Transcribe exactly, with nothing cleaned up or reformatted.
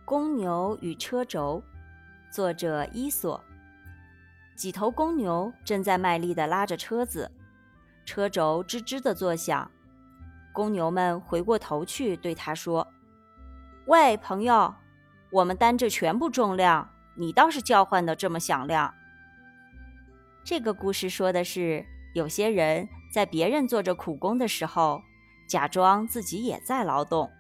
公牛与车轴，作者伊索。几头公牛正在卖力地拉着车子，车轴吱吱地作响。公牛们回过头去对他说：“喂，朋友，我们担着全部重量，你倒是叫唤得这么响亮。”这个故事说的是，有些人在别人做着苦工的时候，假装自己也在劳动。